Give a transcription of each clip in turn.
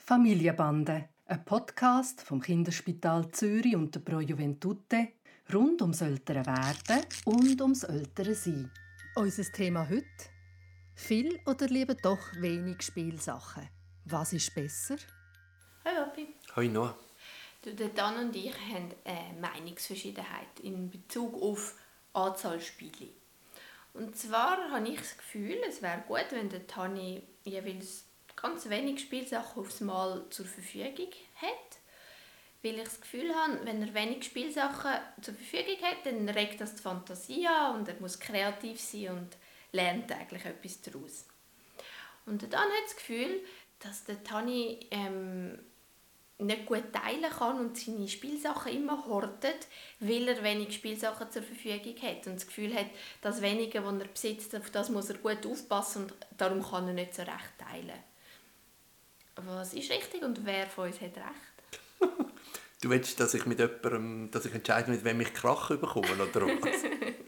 Familienbande, ein Podcast vom Kinderspital Zürich und der Pro Juventute rund ums ältere Werden und ums ältere Sein. Unser Thema heute: viel oder lieber doch wenig Spielsachen? Was ist besser? Hallo Papi. Hoi Noah. Der Dan und ich haben eine Meinungsverschiedenheit in Bezug auf Anzahl Spiele. Und zwar habe ich das Gefühl, es wäre gut, wenn der Tani jeweils ganz wenig Spielsachen aufs Mal zur Verfügung hat. Weil ich das Gefühl habe, wenn er wenig Spielsachen zur Verfügung hat, dann regt das die Fantasie an und er muss kreativ sein und lernt eigentlich etwas daraus. Und der Dan hat das Gefühl, dass der Tani nicht gut teilen kann und seine Spielsachen immer hortet, weil er wenig Spielsachen zur Verfügung hat und das Gefühl hat, das Wenige, was er besitzt, auf das muss er gut aufpassen und darum kann er nicht so recht teilen. Was ist richtig und wer von uns hat recht? Du willst, dass ich mit jemandem, dass ich entscheide, mit wem ich Krach bekomme, oder was?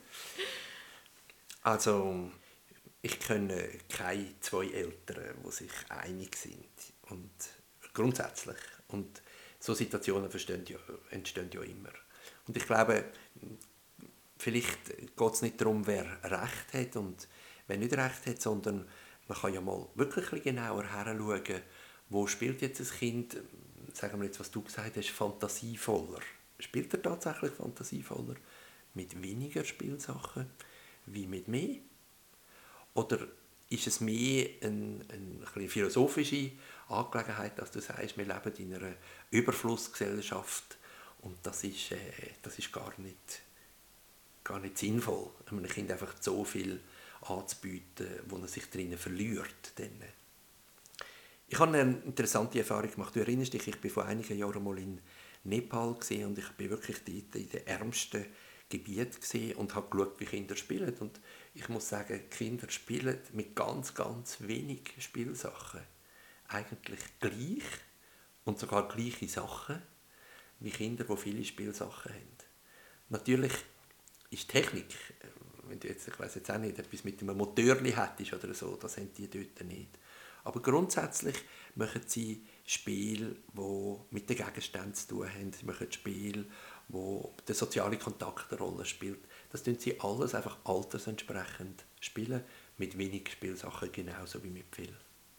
Also, ich kenne keine zwei Eltern, die sich einig sind. Und grundsätzlich. Und so Situationen entstehen ja immer. Und ich glaube, vielleicht geht es nicht darum, wer Recht hat und wer nicht Recht hat, sondern man kann ja mal wirklich ein bisschen genauer hinschauen, wo spielt jetzt ein Kind, sagen wir jetzt, was du gesagt hast, fantasievoller. Spielt er tatsächlich fantasievoller mit weniger Spielsachen wie mit mehr? Oder ist es mehr eine philosophische Angelegenheit, dass du sagst, wir leben in einer Überflussgesellschaft und das ist gar nicht sinnvoll, einem Kind einfach so viel anzubieten, wo er sich drinnen verliert. Ich habe eine interessante Erfahrung gemacht. Du erinnerst dich, ich war vor einigen Jahren mal in Nepal und ich war wirklich dort in den ärmsten Gebieten und habe geschaut, wie Kinder spielen. Und ich muss sagen, Kinder spielen mit ganz, ganz wenig Spielsachen. Eigentlich gleich und sogar gleiche Sachen wie Kinder, die viele Spielsachen haben. Natürlich ist Technik, wenn du jetzt, ich weiss jetzt auch nicht, etwas mit einem Motorli hättest oder so, das haben die dort nicht. Aber grundsätzlich machen sie Spiele, die mit den Gegenständen zu tun haben. Sie machen Spiele, wo der soziale Kontakt eine Rolle spielt. Das tun sie alles einfach altersentsprechend spielen, mit wenig Spielsachen genauso wie mit viel.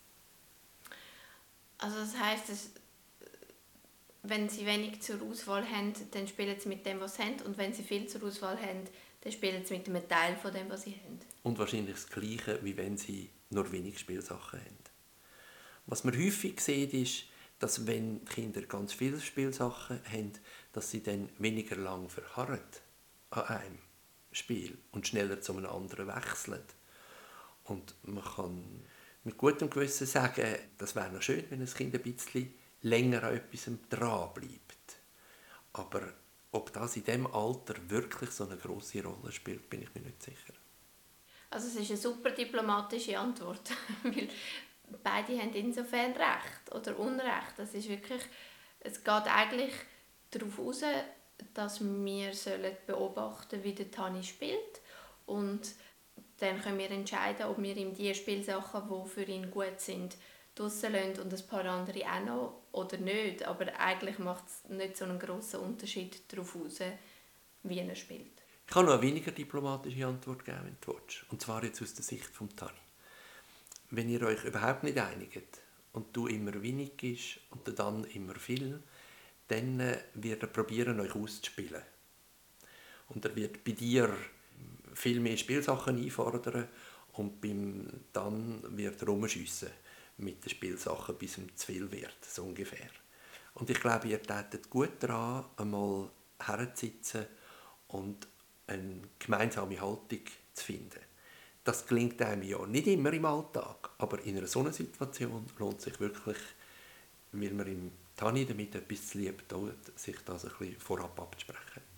Also das heisst, wenn sie wenig zur Auswahl haben, dann spielen sie mit dem, was sie haben. Und wenn sie viel zur Auswahl haben, dann spielen sie mit einem Teil von dem, was sie haben. Und wahrscheinlich das Gleiche, wie wenn sie nur wenig Spielsachen haben. Was man häufig sieht, ist, dass wenn Kinder ganz viele Spielsachen haben, dass sie dann weniger lang verharren an einem Spiel und schneller zu einem anderen wechseln. Und man kann mit gutem Gewissen sagen, das wäre noch schön, wenn ein Kind ein bisschen länger an etwas dran bleibt. Aber ob das in diesem Alter wirklich so eine grosse Rolle spielt, bin ich mir nicht sicher. Also es ist eine super diplomatische Antwort, weil beide haben insofern Recht oder Unrecht. Das ist wirklich, es geht eigentlich darauf aus, dass wir beobachten sollen, wie der Tani spielt und dann können wir entscheiden, ob wir ihm die Spielsachen, die für ihn gut sind, draussen lassen und ein paar andere auch noch oder nicht. Aber eigentlich macht es nicht so einen grossen Unterschied darauf aus, wie er spielt. Ich kann noch eine weniger diplomatische Antwort geben, wenn du willst. Und zwar jetzt aus der Sicht von Tani. Wenn ihr euch überhaupt nicht einigt und du immer wenig gibst und dann immer viel, dann wird er probieren, euch auszuspielen. Und er wird bei dir viel mehr Spielsachen einfordern und dann wird er rumschiessen mit den Spielsachen, bis ihm zu viel wird, so ungefähr. Und ich glaube, ihr tätet gut daran, einmal herzusitzen und eine gemeinsame Haltung zu finden. Das gelingt einem ja nicht immer im Alltag, aber in einer solchen Situation lohnt es sich wirklich, weil man im Tani damit etwas zu lieb tut, sich das ein bisschen vorab abzusprechen.